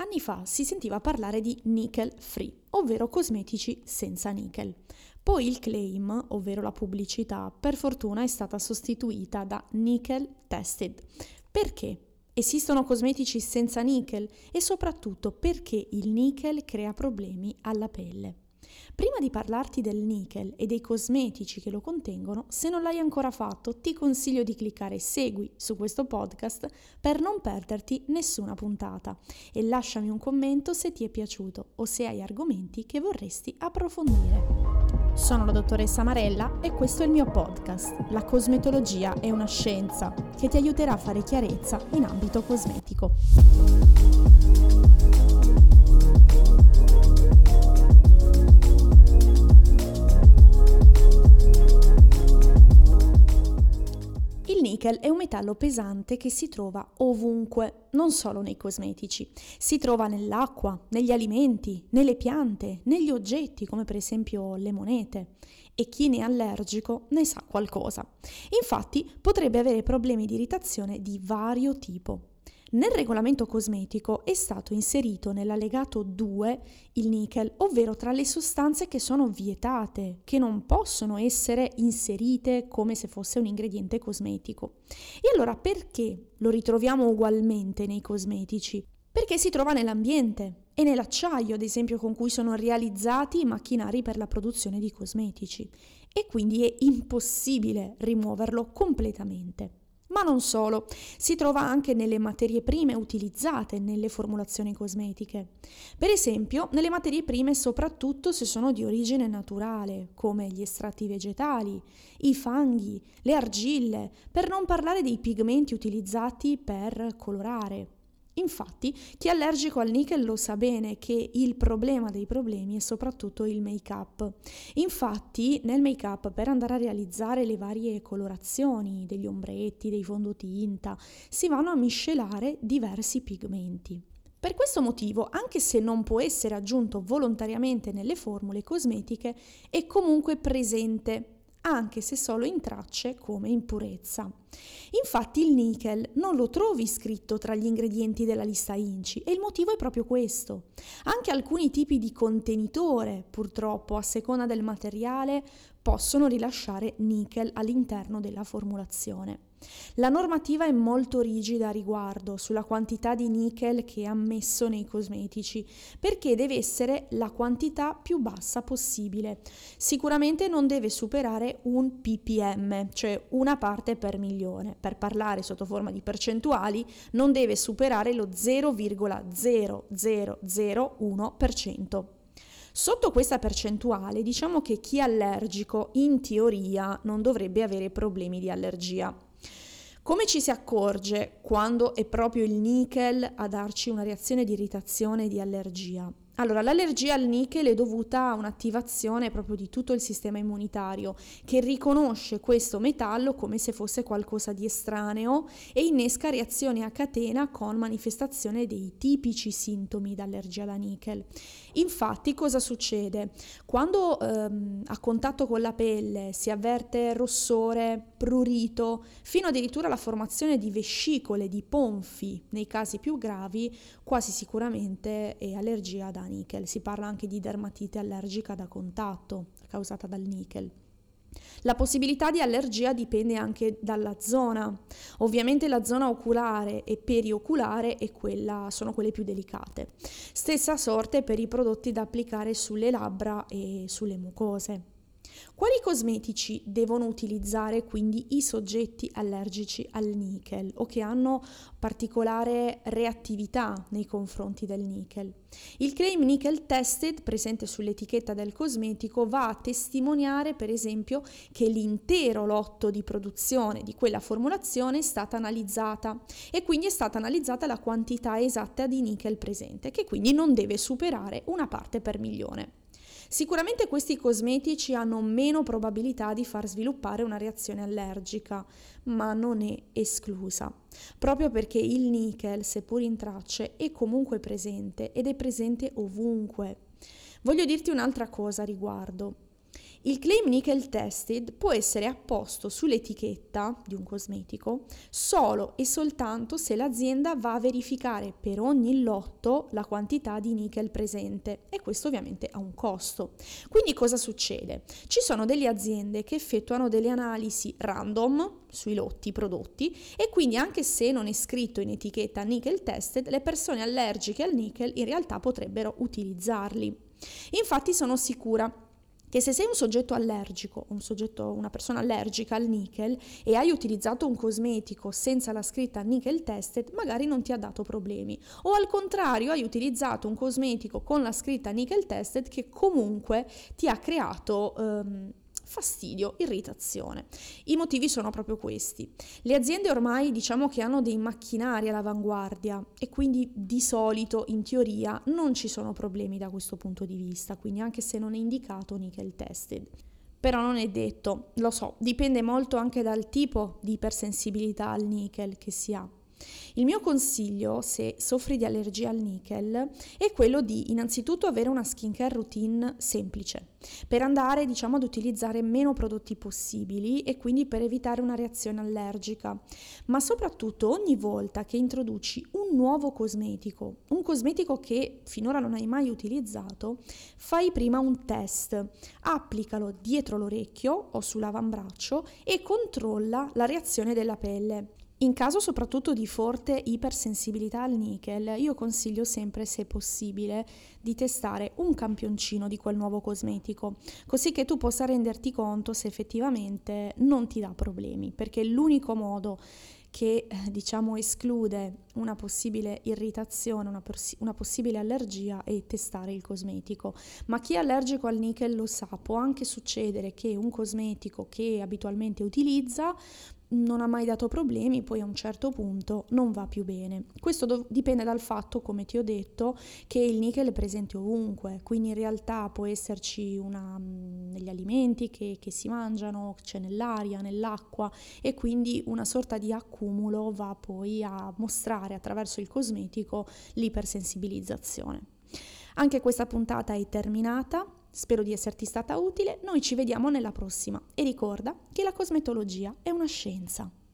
Anni fa si sentiva parlare di nickel free, ovvero cosmetici senza nickel. Poi il claim, ovvero la pubblicità, per fortuna è stata sostituita da nickel tested. Perché? Esistono cosmetici senza nickel e soprattutto perché il nickel crea problemi alla pelle. Prima di parlarti del nickel e dei cosmetici che lo contengono, se non l'hai ancora fatto, ti consiglio di cliccare segui su questo podcast per non perderti nessuna puntata e lasciami un commento se ti è piaciuto o se hai argomenti che vorresti approfondire. Sono la dottoressa Marella e questo è il mio podcast. La cosmetologia è una scienza che ti aiuterà a fare chiarezza in ambito cosmetico. Il nickel è un metallo pesante che si trova ovunque, non solo nei cosmetici. Si trova nell'acqua, negli alimenti, nelle piante, negli oggetti come per esempio le monete. E chi ne è allergico ne sa qualcosa. Infatti potrebbe avere problemi di irritazione di vario tipo. Nel regolamento cosmetico è stato inserito nell'allegato 2 il nickel, ovvero tra le sostanze che sono vietate, che non possono essere inserite come se fosse un ingrediente cosmetico. E allora perché lo ritroviamo ugualmente nei cosmetici? Perché si trova nell'ambiente e nell'acciaio, ad esempio, con cui sono realizzati i macchinari per la produzione di cosmetici, e quindi è impossibile rimuoverlo completamente. Ma non solo, si trova anche nelle materie prime utilizzate nelle formulazioni cosmetiche. Per esempio, nelle materie prime soprattutto se sono di origine naturale, come gli estratti vegetali, i fanghi, le argille, per non parlare dei pigmenti utilizzati per colorare. Infatti, chi è allergico al nickel lo sa bene che il problema dei problemi è soprattutto il make-up. Infatti, nel make-up, per andare a realizzare le varie colorazioni degli ombretti, dei fondotinta, si vanno a miscelare diversi pigmenti. Per questo motivo, anche se non può essere aggiunto volontariamente nelle formule cosmetiche, è comunque presente, anche se solo in tracce come impurezza. Infatti il nickel non lo trovi scritto tra gli ingredienti della lista INCI e il motivo è proprio questo. Anche alcuni tipi di contenitore, purtroppo a seconda del materiale, possono rilasciare nickel all'interno della formulazione. La normativa è molto rigida a riguardo sulla quantità di nickel che è ammesso nei cosmetici, perché deve essere la quantità più bassa possibile. Sicuramente non deve superare un ppm, cioè una parte per milione. Per parlare sotto forma di percentuali, non deve superare lo 0,0001%. Sotto questa percentuale diciamo che chi è allergico in teoria non dovrebbe avere problemi di allergia. Come ci si accorge quando è proprio il nickel a darci una reazione di irritazione e di allergia? Allora, l'allergia al nickel è dovuta a un'attivazione proprio di tutto il sistema immunitario che riconosce questo metallo come se fosse qualcosa di estraneo e innesca reazioni a catena con manifestazione dei tipici sintomi d'allergia da nickel. Infatti, cosa succede? Quando a contatto con la pelle si avverte rossore, prurito, fino addirittura alla formazione di vescicole, di ponfi, nei casi più gravi, quasi sicuramente è allergia da nickel. Si parla anche di dermatite allergica da contatto causata dal nickel. La possibilità di allergia dipende anche dalla zona. Ovviamente la zona oculare e perioculare sono quelle più delicate. Stessa sorte per i prodotti da applicare sulle labbra e sulle mucose. Quali cosmetici devono utilizzare quindi i soggetti allergici al nickel o che hanno particolare reattività nei confronti del nickel? Il claim nickel tested presente sull'etichetta del cosmetico va a testimoniare per esempio che l'intero lotto di produzione di quella formulazione è stata analizzata e quindi è stata analizzata la quantità esatta di nickel presente, che quindi non deve superare una parte per milione. Sicuramente questi cosmetici hanno meno probabilità di far sviluppare una reazione allergica, ma non è esclusa, proprio perché il nickel, seppur in tracce, è comunque presente ed è presente ovunque. Voglio dirti un'altra cosa a riguardo. Il claim nickel tested può essere apposto sull'etichetta di un cosmetico solo e soltanto se l'azienda va a verificare per ogni lotto la quantità di nickel presente, e questo ovviamente ha un costo. Quindi cosa succede? Ci sono delle aziende che effettuano delle analisi random sui lotti prodotti, e quindi anche se non è scritto in etichetta nickel tested, le persone allergiche al nickel in realtà potrebbero utilizzarli. Infatti sono sicura che se sei un soggetto allergico, una persona allergica al nickel, e hai utilizzato un cosmetico senza la scritta nickel tested, magari non ti ha dato problemi, o al contrario hai utilizzato un cosmetico con la scritta nickel tested che comunque ti ha creato fastidio, irritazione. I motivi sono proprio questi. Le aziende ormai diciamo che hanno dei macchinari all'avanguardia, e quindi di solito in teoria non ci sono problemi da questo punto di vista, quindi anche se non è indicato nickel tested. Però non è detto, lo so, dipende molto anche dal tipo di ipersensibilità al nickel che si ha. Il mio consiglio, se soffri di allergia al nickel, è quello di innanzitutto avere una skincare routine semplice, per andare ad utilizzare meno prodotti possibili e quindi per evitare una reazione allergica. Ma soprattutto ogni volta che introduci un nuovo cosmetico, un cosmetico che finora non hai mai utilizzato, fai prima un test, applicalo dietro l'orecchio o sull'avambraccio e controlla la reazione della pelle. In caso soprattutto di forte ipersensibilità al nickel, io consiglio sempre, se possibile, di testare un campioncino di quel nuovo cosmetico, così che tu possa renderti conto se effettivamente non ti dà problemi, perché l'unico modo che esclude una possibile irritazione, una possibile allergia, è testare il cosmetico. Ma chi è allergico al nickel lo sa, può anche succedere che un cosmetico che abitualmente utilizza non ha mai dato problemi, poi a un certo punto non va più bene. Questo dipende dal fatto, come ti ho detto, che il nickel è presente ovunque, quindi in realtà può esserci negli alimenti che si mangiano, c'è nell'aria, nell'acqua, e quindi una sorta di accumulo va poi a mostrare attraverso il cosmetico l'ipersensibilizzazione. Anche questa puntata è terminata. Spero di esserti stata utile, noi ci vediamo nella prossima, e ricorda che la cosmetologia è una scienza.